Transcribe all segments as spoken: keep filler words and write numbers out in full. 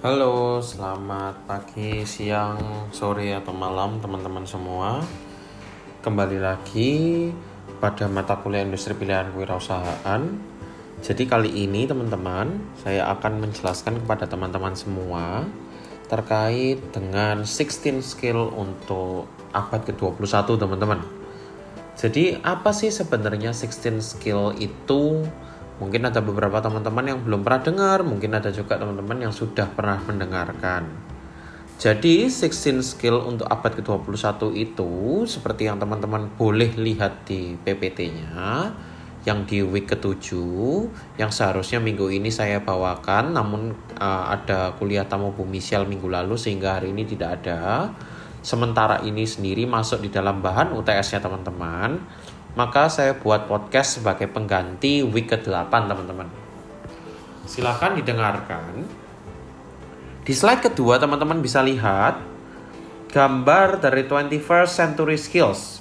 Halo, selamat pagi, siang, sore, atau malam teman-teman semua. Kembali lagi pada mata kuliah industri pilihan kewirausahaan. Jadi kali ini teman-teman, saya akan menjelaskan kepada teman-teman semua terkait dengan enam belas skill untuk abad ke dua puluh satu teman-teman. Jadi apa sih sebenarnya enam belas skill itu? Mungkin ada beberapa teman-teman yang belum pernah dengar, mungkin ada juga teman-teman yang sudah pernah mendengarkan. Jadi enam belas skill untuk abad ke dua puluh satu itu seperti yang teman-teman boleh lihat di P P T-nya yang di week ketujuh, yang seharusnya minggu ini saya bawakan, namun uh, ada kuliah tamu Bu Michelle minggu lalu sehingga hari ini tidak ada. Sementara ini sendiri masuk di dalam bahan U T S-nya teman-teman. Maka saya buat podcast sebagai pengganti week kedelapan teman-teman. Silakan didengarkan. Di slide kedua teman-teman bisa lihat gambar dari twenty-first century skills.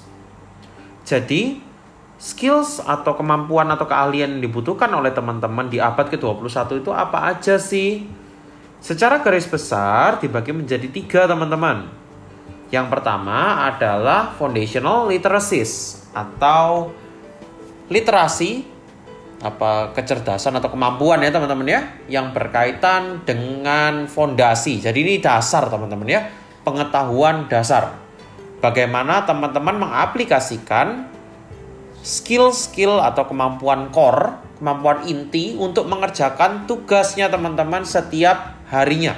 Jadi skills atau kemampuan atau keahlian yang dibutuhkan oleh teman-teman di abad ke dua puluh satu itu apa aja sih? Secara garis besar dibagi menjadi tiga teman-teman. Yang pertama adalah foundational literacies atau literasi apa kecerdasan atau kemampuan ya teman-teman ya yang berkaitan dengan fondasi. Jadi ini dasar teman-teman ya, pengetahuan dasar. Bagaimana teman-teman mengaplikasikan skill-skill atau kemampuan core, kemampuan inti untuk mengerjakan tugasnya teman-teman setiap harinya.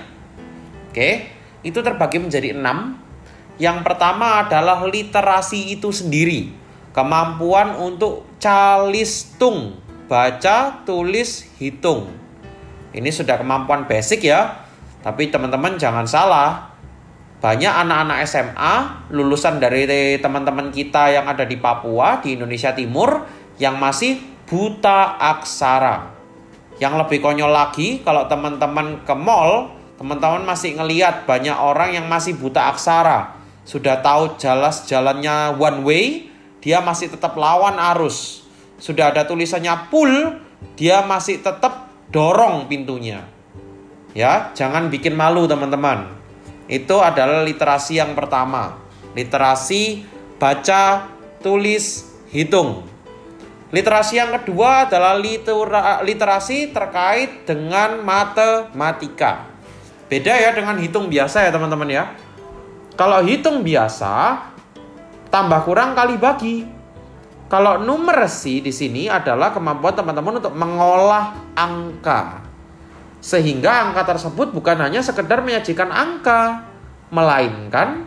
Oke, itu terbagi menjadi enam. Yang pertama adalah literasi itu sendiri. Kemampuan untuk calistung, baca, tulis, hitung. Ini sudah kemampuan basic ya. Tapi teman-teman jangan salah. Banyak anak-anak S M A lulusan dari teman-teman kita yang ada di Papua, di Indonesia Timur, yang masih buta aksara. Yang lebih konyol lagi, kalau teman-teman ke mall, teman-teman masih ngelihat banyak orang yang masih buta aksara. Sudah tahu jelas jalannya one way, dia masih tetap lawan arus. Sudah ada tulisannya pull, dia masih tetap dorong pintunya. Ya, jangan bikin malu teman-teman. Itu adalah literasi yang pertama. Literasi baca, tulis, hitung. Literasi yang kedua adalah litera, literasi terkait dengan matematika. Beda ya dengan hitung biasa ya teman-teman ya. Kalau hitung biasa, tambah kurang kali bagi. Kalau numeracy di sini adalah kemampuan teman-teman untuk mengolah angka. Sehingga angka tersebut bukan hanya sekedar menyajikan angka, melainkan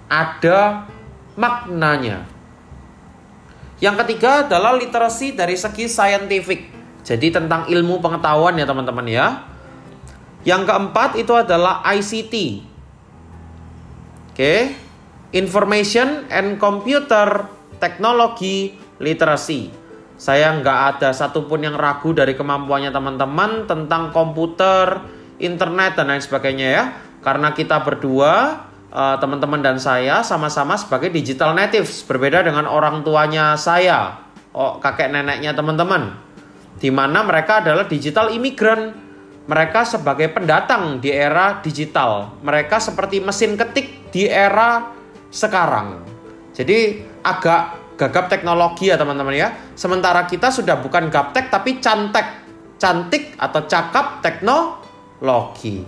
ada maknanya. Yang ketiga adalah literasi dari segi scientific. Jadi tentang ilmu pengetahuan ya teman-teman ya. Yang keempat itu adalah I C T. Oke, okay. Information and Computer Technology Literacy. Saya nggak ada satupun yang ragu dari kemampuannya teman-teman tentang komputer, internet, dan lain sebagainya ya. Karena kita berdua, uh, teman-teman dan saya sama-sama sebagai digital natives. Berbeda dengan orang tuanya saya, oh, kakek neneknya teman-teman. Di mana mereka adalah digital imigran. Mereka sebagai pendatang di era digital. Mereka seperti mesin ketik di era sekarang. Jadi agak gagap teknologi ya teman-teman ya. Sementara kita sudah bukan gaptek tapi cantek. Cantik atau cakap teknologi.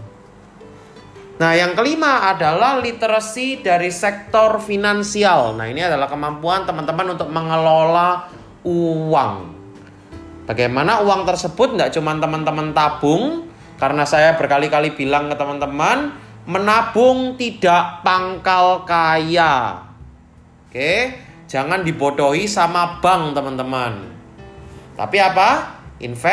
Nah yang kelima adalah literasi dari sektor finansial. Nah ini adalah kemampuan teman-teman untuk mengelola uang. Bagaimana uang tersebut nggak cuma teman-teman tabung. Karena saya berkali-kali bilang ke teman-teman, menabung tidak pangkal kaya. Oke, jangan dibodohi sama bank teman-teman. Tapi apa?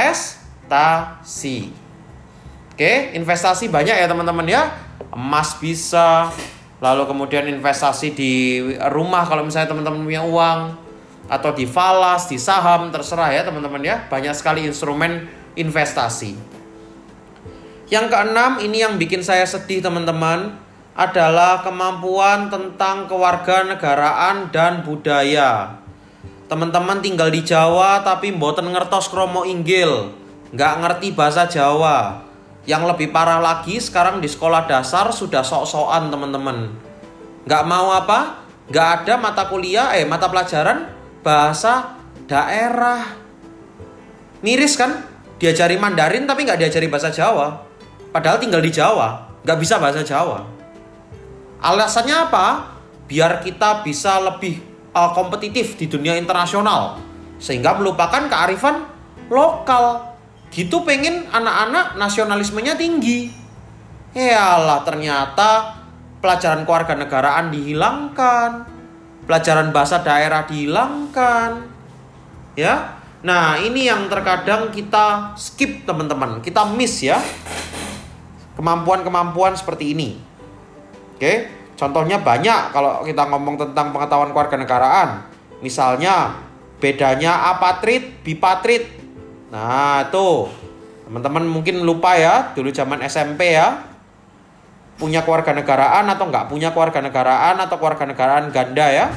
Investasi. Oke, investasi banyak ya teman-teman ya. Emas bisa, lalu kemudian investasi di rumah kalau misalnya teman-teman punya uang. Atau di falas, di saham, terserah ya teman-teman ya. Banyak sekali instrumen investasi. Yang keenam, ini yang bikin saya sedih teman-teman, adalah kemampuan tentang kewarganegaraan dan budaya. Teman-teman tinggal di Jawa tapi mboten ngertos kromo inggil, nggak ngerti bahasa Jawa. Yang lebih parah lagi sekarang di sekolah dasar sudah sok-sokan teman-teman. Nggak mau apa? Nggak ada mata kuliah, eh mata pelajaran bahasa daerah. Miris kan? Diajari Mandarin tapi nggak diajari bahasa Jawa. Padahal tinggal di Jawa, nggak bisa bahasa Jawa. Alasannya apa? Biar kita bisa lebih uh, kompetitif di dunia internasional. Sehingga melupakan kearifan lokal. Gitu pengen anak-anak nasionalismenya tinggi. Yalah, ternyata pelajaran kewarganegaraan dihilangkan, pelajaran bahasa daerah dihilangkan. Ya. Nah, ini yang terkadang kita skip teman-teman, kita miss ya. Kemampuan-kemampuan seperti ini. Oke, contohnya banyak kalau kita ngomong tentang pengetahuan kewarganegaraan. Misalnya bedanya apatrid, bipatrid. Nah, tuh teman-teman mungkin lupa ya, dulu zaman S M P ya, punya kewarganegaraan atau nggak punya kewarganegaraan atau kewarganegaraan ganda ya.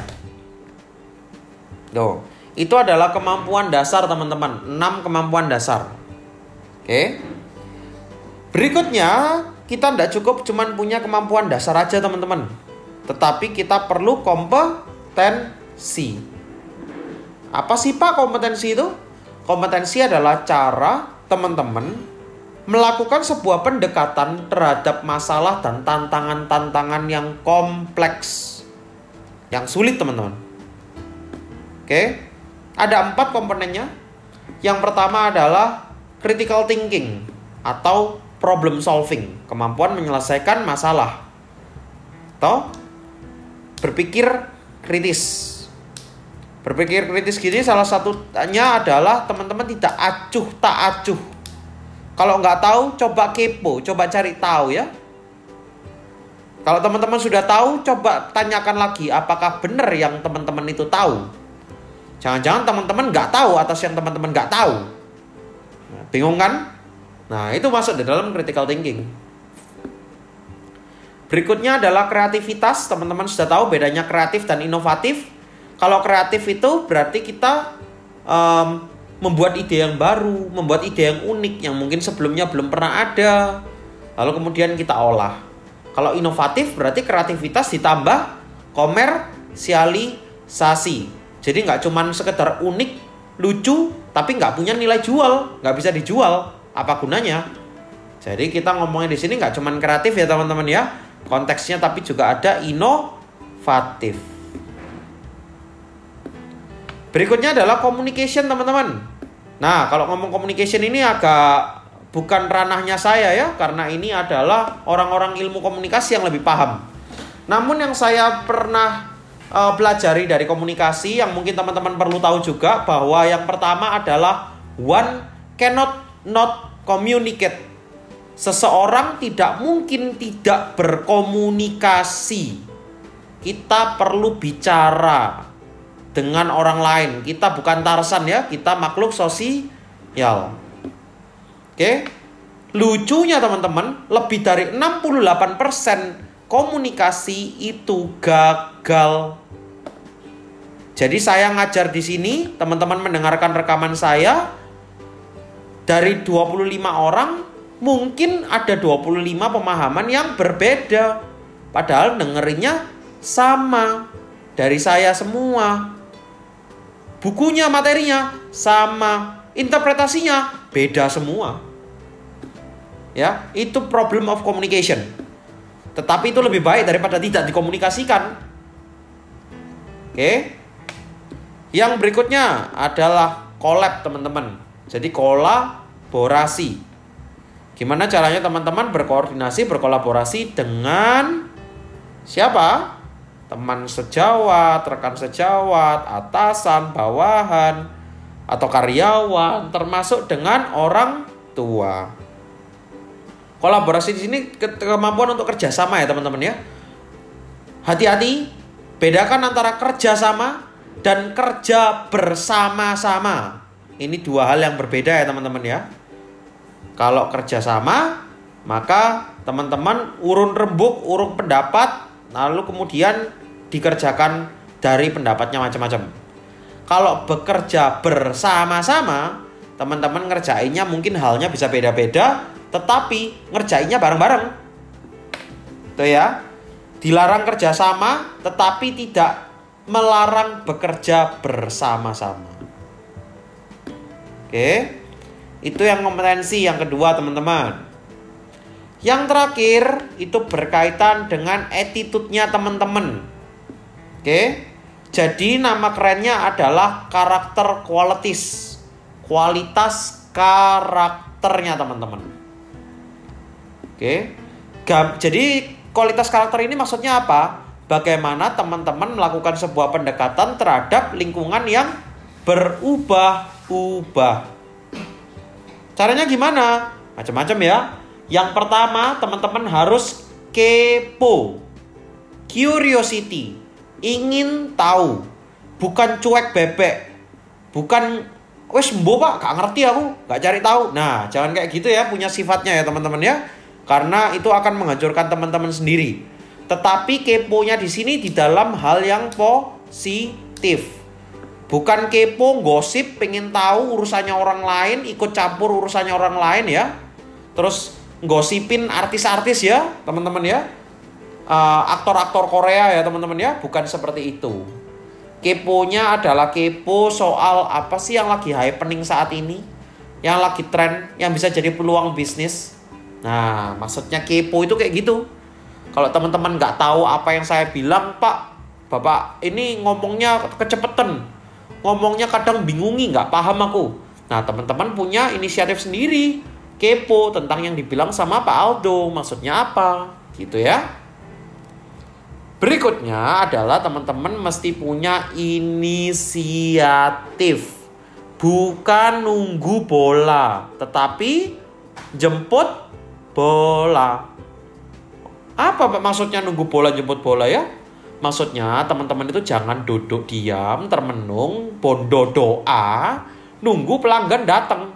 Tuh, itu adalah kemampuan dasar teman-teman, enam kemampuan dasar. Oke. Berikutnya, kita tidak cukup cuman punya kemampuan dasar aja teman-teman, tetapi kita perlu kompetensi. Apa sih Pak kompetensi itu? Kompetensi adalah cara teman-teman melakukan sebuah pendekatan terhadap masalah dan tantangan-tantangan yang kompleks, yang sulit teman-teman. Oke, ada empat komponennya. Yang pertama adalah critical thinking atau problem solving, kemampuan menyelesaikan masalah atau berpikir kritis. Berpikir kritis gini salah satunya adalah teman-teman tidak acuh tak acuh. Kalau nggak tahu coba kepo, coba cari tahu ya. Kalau teman-teman sudah tahu, coba tanyakan lagi apakah benar yang teman-teman itu tahu. Jangan-jangan teman-teman nggak tahu atas yang teman-teman nggak tahu. Nah, bingung kan? Nah, itu masuk di dalam critical thinking. Berikutnya adalah kreativitas. Teman-teman sudah tahu bedanya kreatif dan inovatif. Kalau kreatif itu berarti kita um, membuat ide yang baru, membuat ide yang unik yang mungkin sebelumnya belum pernah ada, lalu kemudian kita olah. Kalau inovatif berarti kreativitas ditambah komersialisasi. Jadi nggak cuman sekedar unik, lucu, tapi nggak punya nilai jual, nggak bisa dijual. Apa gunanya? Jadi kita ngomongnya di sini nggak cuman kreatif ya teman-teman ya, konteksnya tapi juga ada inovatif. Berikutnya adalah communication teman-teman. Nah, kalau ngomong communication ini agak bukan ranahnya saya ya, karena ini adalah orang-orang ilmu komunikasi yang lebih paham. Namun yang saya pernah uh, pelajari dari komunikasi yang mungkin teman-teman perlu tahu juga, bahwa yang pertama adalah one cannot not communicate. Seseorang tidak mungkin tidak berkomunikasi. Kita perlu bicara dengan orang lain. Kita bukan Tarsan ya, kita makhluk sosial. Oke. Lucunya teman-teman, lebih dari enam puluh delapan persen komunikasi itu gagal. Jadi saya ngajar di sini, teman-teman mendengarkan rekaman saya, dari dua puluh lima orang mungkin ada dua puluh lima pemahaman yang berbeda. Padahal dengerinnya sama dari saya semua. Bukunya, materinya sama, interpretasinya beda semua. Ya, itu problem of communication. Tetapi itu lebih baik daripada tidak dikomunikasikan. Oke. Yang berikutnya adalah collab teman-teman. Jadi kolaborasi. Gimana caranya teman-teman berkoordinasi, berkolaborasi dengan siapa? Teman sejawat, rekan sejawat, atasan, bawahan, atau karyawan, termasuk dengan orang tua. Kolaborasi di sini ke- kemampuan untuk kerjasama ya teman-teman ya. Hati-hati, bedakan antara kerjasama dan kerja bersama-sama. Ini dua hal yang berbeda ya teman-teman ya. Kalau kerjasama, maka teman-teman urun rembuk, urun pendapat, lalu kemudian dikerjakan dari pendapatnya macam-macam. Kalau bekerja bersama-sama, teman-teman ngerjainnya mungkin halnya bisa beda-beda, tetapi ngerjainnya bareng-bareng. Tuh ya. Dilarang kerjasama, tetapi tidak melarang bekerja bersama-sama. Oke. Itu yang kompetensi yang kedua, teman-teman. Yang terakhir itu berkaitan dengan attitude-nya teman-teman. Oke. Jadi nama kerennya adalah karakter qualities. Kualitas karakternya teman-teman. Oke. Jadi kualitas karakter ini maksudnya apa? Bagaimana teman-teman melakukan sebuah pendekatan terhadap lingkungan yang berubah-ubah. Caranya gimana? Macam-macam ya. Yang pertama, teman-teman harus kepo. Curiosity. Ingin tahu. Bukan cuek bebek. Bukan, wes mbo pak, gak ngerti aku, gak cari tahu. Nah, jangan kayak gitu ya, punya sifatnya ya teman-teman ya. Karena itu akan menghancurkan teman-teman sendiri. Tetapi keponya di sini di dalam hal yang positif. Bukan kepo, gosip, pengen tahu urusannya orang lain, ikut campur urusannya orang lain ya. Terus gosipin artis-artis ya, teman-teman ya. Uh, aktor-aktor Korea ya teman-teman ya. Bukan seperti itu. Keponya adalah kepo soal apa sih yang lagi happening saat ini, yang lagi tren, yang bisa jadi peluang bisnis. Nah, maksudnya kepo itu kayak gitu. Kalau teman-teman nggak tahu apa yang saya bilang, Pak, Bapak ini ngomongnya kecepetan, ngomongnya kadang bingungi, nggak paham aku. Nah, teman-teman punya inisiatif sendiri, kepo tentang yang dibilang sama Pak Aldo, maksudnya apa, gitu ya. Berikutnya adalah teman-teman mesti punya inisiatif, bukan nunggu bola, tetapi jemput bola. Apa maksudnya nunggu bola jemput bola ya? Maksudnya teman-teman itu jangan duduk diam, termenung, bondo doa, nunggu pelanggan datang.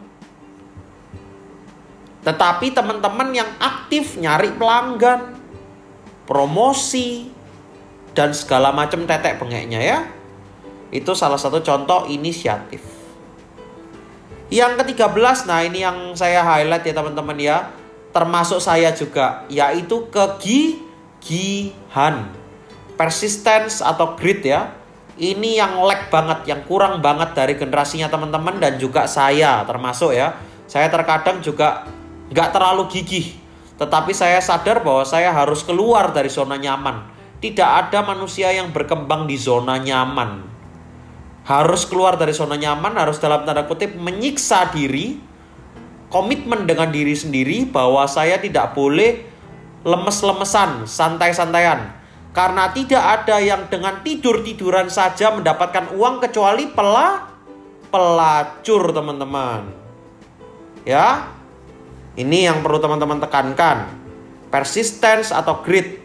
Tetapi teman-teman yang aktif nyari pelanggan, promosi, dan segala macam tetek bengeknya ya. Itu salah satu contoh inisiatif. Yang ketiga belas, nah ini yang saya highlight ya teman-teman ya. Termasuk saya juga, yaitu kegigihan. Persistence atau grit ya. Ini yang lag banget, yang kurang banget dari generasinya teman-teman dan juga saya termasuk ya. Saya terkadang juga gak terlalu gigih. Tetapi saya sadar bahwa saya harus keluar dari zona nyaman. Tidak ada manusia yang berkembang di zona nyaman. Harus keluar dari zona nyaman, harus dalam tanda kutip menyiksa diri. Komitmen dengan diri sendiri bahwa saya tidak boleh lemes-lemesan, santai-santaian. Karena tidak ada yang dengan tidur-tiduran saja mendapatkan uang kecuali pela, pelacur teman-teman. Ya, ini yang perlu teman-teman tekankan. Persistence atau grit.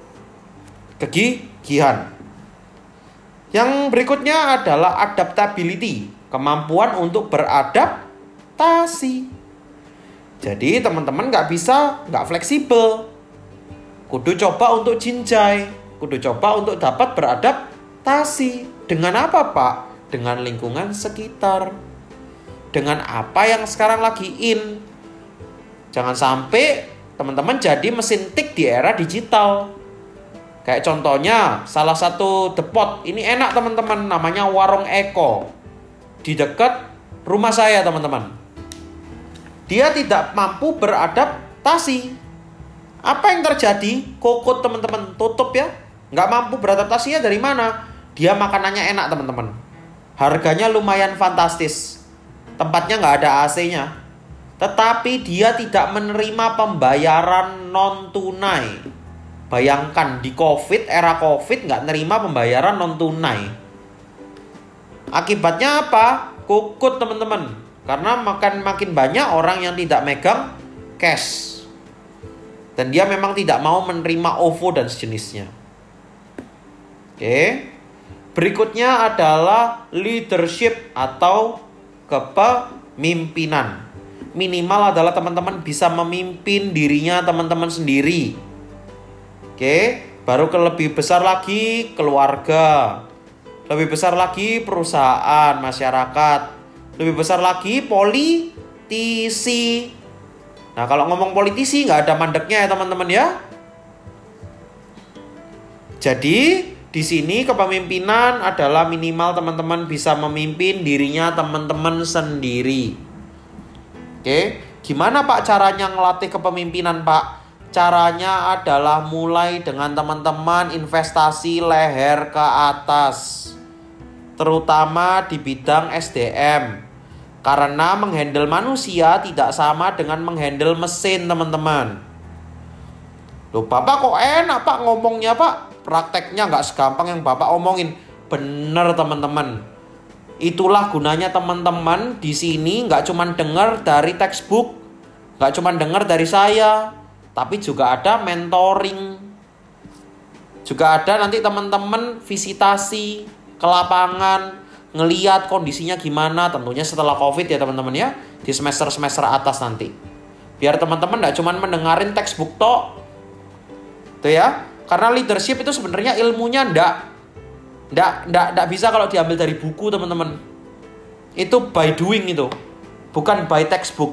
Kegigihan. Yang berikutnya adalah adaptability. Kemampuan untuk beradaptasi. Jadi teman-teman gak bisa, gak fleksibel. Kudu coba untuk jinjai. Kudu coba untuk dapat beradaptasi. Dengan apa Pak? Dengan lingkungan sekitar. Dengan apa yang sekarang lagi in. Jangan sampai teman-teman jadi mesin tik di era digital. Kayak contohnya salah satu depot. Ini enak teman-teman, namanya Warung Eko. Di dekat rumah saya teman-teman. Dia tidak mampu beradaptasi. Apa yang terjadi? Kokot teman-teman, tutup ya. Nggak mampu beradaptasinya dari mana? Dia makanannya enak teman-teman. Harganya lumayan fantastis. Tempatnya nggak ada A C-nya. Tetapi dia tidak menerima pembayaran non-tunai. Bayangkan di COVID, era COVID nggak nerima pembayaran non-tunai. Akibatnya apa? Kokot teman-teman. Karena makan makin banyak orang yang tidak megang cash. Dan dia memang tidak mau menerima O V O dan sejenisnya. Oke. Berikutnya adalah leadership atau kepemimpinan. Minimal adalah teman-teman bisa memimpin dirinya teman-teman sendiri. Oke. Baru ke lebih besar lagi keluarga. Lebih besar lagi perusahaan, masyarakat. Lebih besar lagi politisi. Nah, kalau ngomong politisi nggak ada mandeknya ya teman-teman ya. Jadi di sini kepemimpinan adalah minimal teman-teman bisa memimpin dirinya teman-teman sendiri. Oke, gimana Pak caranya ngelatih kepemimpinan Pak? Caranya adalah mulai dengan teman-teman investasi leher ke atas, terutama di bidang S D M. Karena menghandle manusia tidak sama dengan menghandle mesin teman-teman. Loh Bapak kok enak Pak ngomongnya Pak? Prakteknya nggak segampang yang Bapak omongin. Bener teman-teman. Itulah gunanya teman-teman di sini nggak cuma dengar dari textbook, nggak cuma dengar dari saya, tapi juga ada mentoring. Juga ada nanti teman-teman visitasi ke lapangan, ngeliat kondisinya gimana, tentunya setelah COVID ya teman-teman ya, di semester-semester atas nanti. Biar teman-teman nggak cuma mendengarin textbook tok. Tuh ya. Karena leadership itu sebenarnya ilmunya ndak ndak ndak ndak bisa kalau diambil dari buku teman-teman. Itu by doing itu, bukan by textbook.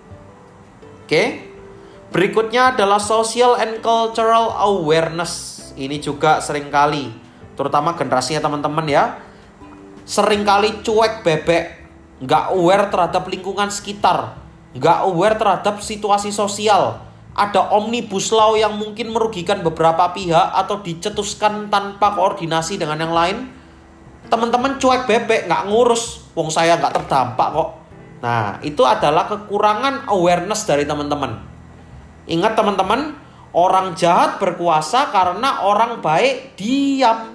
Oke. Berikutnya adalah social and cultural awareness. Ini juga seringkali, terutama generasinya teman-teman ya, seringkali cuek bebek, nggak aware terhadap lingkungan sekitar, nggak aware terhadap situasi sosial. Ada omnibus law yang mungkin merugikan beberapa pihak atau dicetuskan tanpa koordinasi dengan yang lain. Teman-teman cuek bebek, nggak ngurus. Wong saya nggak terdampak kok. Nah, itu adalah kekurangan awareness dari teman-teman. Ingat teman-teman, orang jahat berkuasa karena orang baik diam.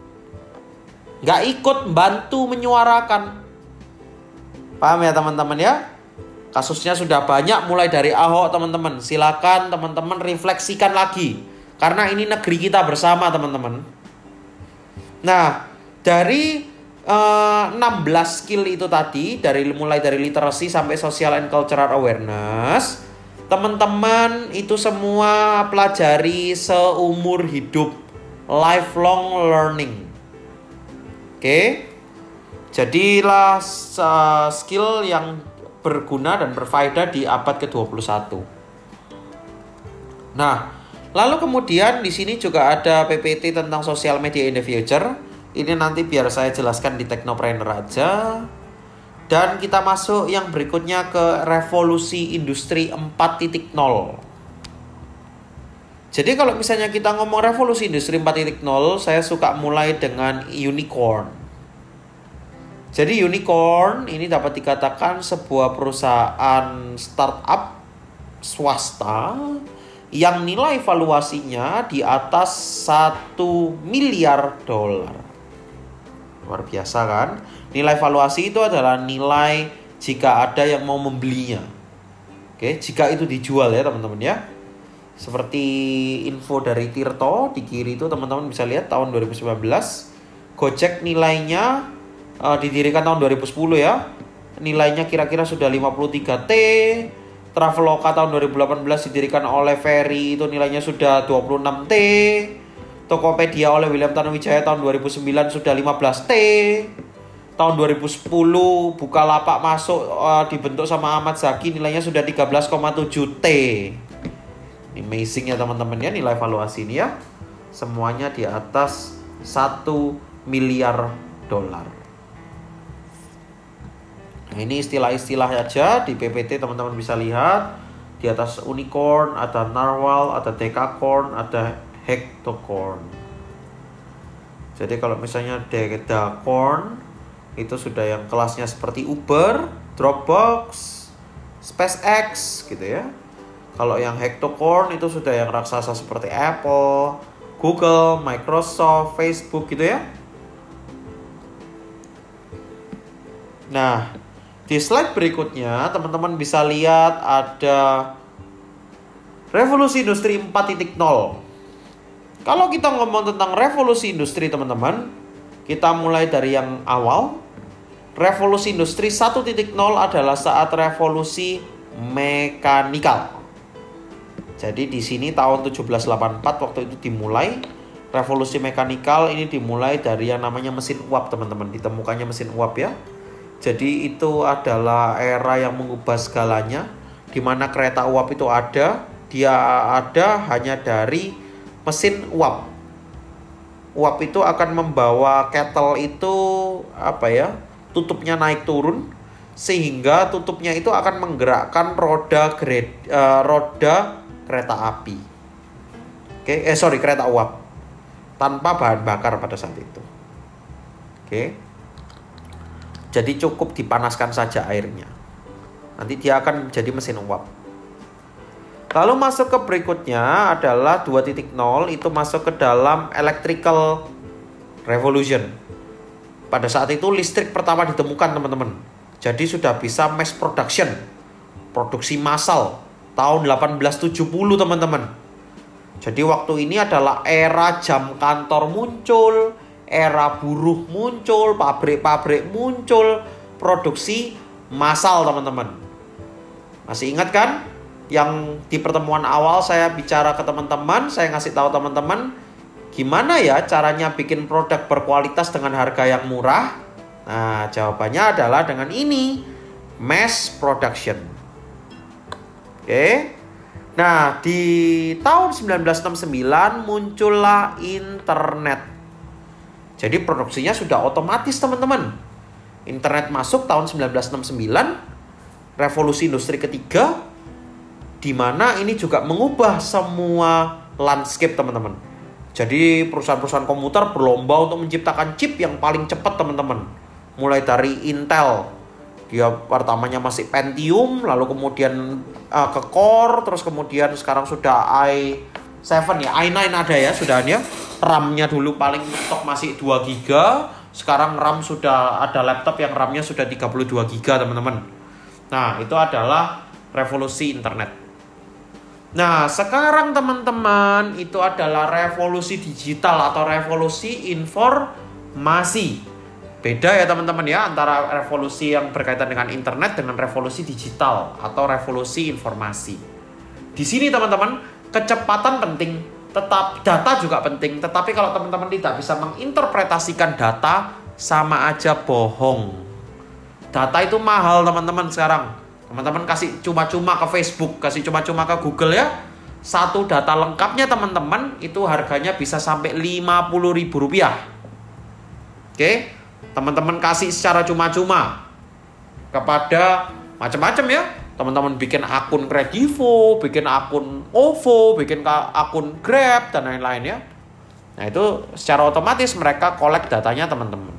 Nggak ikut bantu menyuarakan. Paham ya teman-teman ya? Kasusnya sudah banyak mulai dari Ahok teman-teman. Silakan teman-teman refleksikan lagi. Karena ini negeri kita bersama teman-teman. Nah, dari uh, enam belas skill itu tadi, dari mulai dari literasi sampai social and cultural awareness, teman-teman itu semua pelajari seumur hidup. Lifelong learning. Oke. Jadilah uh, skill yang berguna dan berfaedah di abad ke dua puluh satu. Nah, lalu kemudian di sini juga ada P P T tentang social media in the future. Ini nanti biar saya jelaskan di Technopreneur aja. Dan kita masuk yang berikutnya ke revolusi industri empat titik nol. Jadi kalau misalnya kita ngomong revolusi industri empat titik nol, saya suka mulai dengan unicorn. Jadi unicorn ini dapat dikatakan sebuah perusahaan startup swasta yang nilai valuasinya di atas satu miliar dolar. Luar biasa kan? Nilai valuasi itu adalah nilai jika ada yang mau membelinya. Oke, jika itu dijual ya teman-teman ya. Seperti info dari Tirto di kiri itu teman-teman bisa lihat tahun dua ribu sembilan belas Gojek nilainya Uh, didirikan tahun dua ribu sepuluh ya. Nilainya kira-kira sudah lima puluh tiga T. Traveloka tahun dua ribu delapan belas didirikan oleh Ferry, itu nilainya sudah dua puluh enam T. Tokopedia oleh William Tanuwijaya tahun dua ribu sembilan sudah lima belas T. Tahun dua ribu sepuluh Bukalapak masuk uh, dibentuk sama Ahmad Zaki, nilainya sudah tiga belas koma tujuh T. Amazing ya teman-teman ya nilai valuasi ini ya. Semuanya di atas satu miliar dolar. Nah, ini istilah-istilah aja di P P T teman-teman bisa lihat. Di atas unicorn, ada narwhal, ada decacorn, ada hectocorn. Jadi kalau misalnya decacorn itu sudah yang kelasnya seperti Uber, Dropbox, SpaceX gitu ya. Kalau yang hectocorn itu sudah yang raksasa seperti Apple, Google, Microsoft, Facebook gitu ya. Nah, di slide berikutnya teman-teman bisa lihat ada revolusi industri empat titik nol. Kalau kita ngomong tentang revolusi industri teman-teman, kita mulai dari yang awal. Revolusi industri satu titik nol adalah saat revolusi mekanikal. Jadi di sini tahun tujuh belas delapan puluh empat waktu itu dimulai. Revolusi mekanikal ini dimulai dari yang namanya mesin uap teman-teman. Ditemukannya mesin uap ya. Jadi itu adalah era yang mengubah segalanya. di mana kereta uap itu ada, dia ada hanya dari mesin uap. Uap itu akan membawa kettle itu apa ya? Tutupnya naik turun sehingga tutupnya itu akan menggerakkan roda grade, uh, roda kereta api. Oke, eh sorry kereta uap tanpa bahan bakar pada saat itu. Oke. Jadi cukup dipanaskan saja airnya. Nanti dia akan jadi mesin uap. Lalu masuk ke berikutnya adalah dua titik nol, itu masuk ke dalam electrical revolution. Pada saat itu listrik pertama ditemukan teman-teman. Jadi sudah bisa mass production, produksi massal tahun delapan belas tujuh puluh teman-teman. Jadi waktu ini adalah era jam kantor muncul, era buruh muncul, pabrik-pabrik muncul, produksi massal teman-teman. Masih ingat kan? Yang di pertemuan awal saya bicara ke teman-teman, saya ngasih tahu teman-teman gimana ya caranya bikin produk berkualitas dengan harga yang murah? Nah, jawabannya adalah dengan ini, mass production. Oke. Nah, di tahun seribu sembilan ratus enam puluh sembilan muncullah internet. Jadi produksinya sudah otomatis teman-teman. Internet masuk tahun seribu sembilan ratus enam puluh sembilan, revolusi industri ketiga, di mana ini juga mengubah semua landscape teman-teman. Jadi perusahaan-perusahaan komputer berlomba untuk menciptakan chip yang paling cepat teman-teman. Mulai dari Intel, dia pertamanya masih Pentium, lalu kemudian uh, ke Core, terus kemudian sekarang sudah i tujuh ya, i sembilan ada ya, sudah ya. RAM-nya dulu paling stok masih dua giga, sekarang RAM sudah ada laptop yang RAM-nya sudah tiga puluh dua giga teman-teman. Nah, itu adalah revolusi internet. Nah, sekarang teman-teman itu adalah revolusi digital atau revolusi informasi. Beda ya teman-teman ya antara revolusi yang berkaitan dengan internet dengan revolusi digital atau revolusi informasi. Di sini teman-teman, kecepatan penting, tetap data juga penting, tetapi kalau teman-teman tidak bisa menginterpretasikan data, sama aja bohong. Data itu mahal teman-teman sekarang. Teman-teman kasih cuma-cuma ke Facebook, kasih cuma-cuma ke Google ya. Satu data lengkapnya teman-teman itu harganya bisa sampai lima puluh ribu rupiah. Oke, teman-teman kasih secara cuma-cuma kepada macam-macam ya. Teman-teman bikin akun Kredivo, bikin akun OVO, bikin akun Grab dan lain-lain ya. Nah, itu secara otomatis mereka collect datanya teman-teman.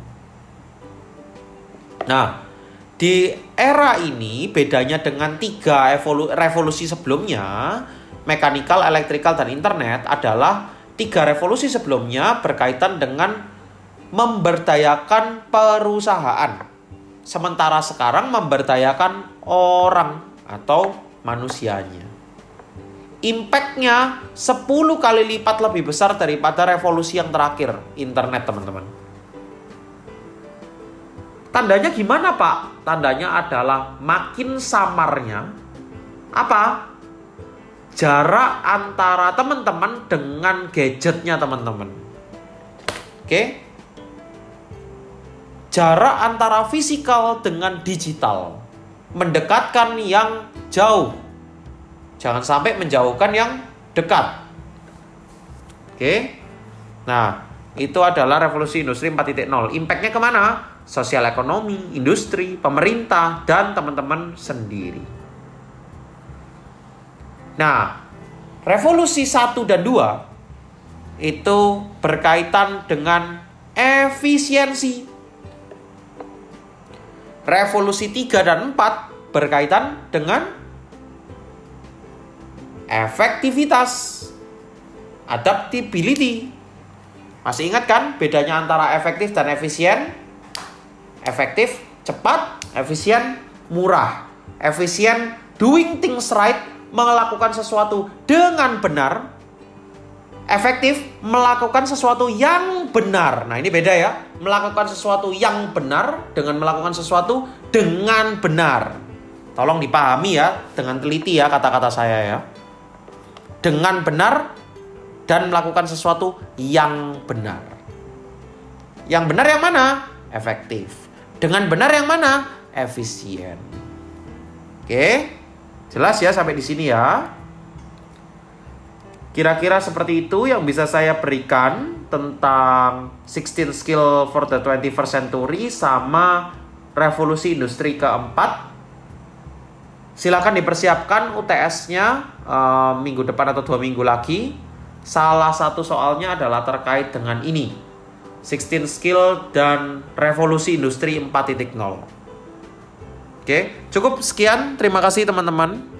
Nah, di era ini bedanya dengan tiga evolu- revolusi sebelumnya, mechanical, electrical, dan internet adalah tiga revolusi sebelumnya berkaitan dengan memberdayakan perusahaan. Sementara sekarang memberdayakan orang atau manusianya. Impact-nya sepuluh kali lipat lebih besar daripada revolusi yang terakhir, internet teman-teman. Tandanya gimana Pak? Tandanya adalah makin samarnya apa? Jarak antara teman-teman dengan gadgetnya teman-teman. Oke? Jarak antara fisikal dengan digital. Mendekatkan yang jauh. Jangan sampai menjauhkan yang dekat. Oke? Nah, itu adalah revolusi industri empat titik nol. Impact-nya kemana? Sosial ekonomi, industri, pemerintah, dan teman-teman sendiri. Nah, revolusi satu dan dua itu berkaitan dengan efisiensi. Revolusi tiga dan empat berkaitan dengan efektivitas, adaptability. Masih ingat kan bedanya antara efektif dan efisien? Efektif, cepat, efisien, murah. Efisien, doing things right, melakukan sesuatu dengan benar. Efektif, melakukan sesuatu yang benar. Nah, ini beda ya. Melakukan sesuatu yang benar dengan melakukan sesuatu dengan benar. Tolong dipahami ya, dengan teliti ya kata-kata saya ya. Dengan benar dan melakukan sesuatu yang benar. Yang benar yang mana? Efektif. Dengan benar yang mana? Efisien. Oke. Jelas ya sampai di sini ya? Kira-kira seperti itu yang bisa saya berikan tentang sixteen skill for the twenty-first century sama revolusi industri keempat. Silakan dipersiapkan U T S-nya uh, minggu depan atau dua minggu lagi. Salah satu soalnya adalah terkait dengan ini, sixteen skill dan revolusi industri empat titik nol. Oke, cukup sekian. Terima kasih teman-teman.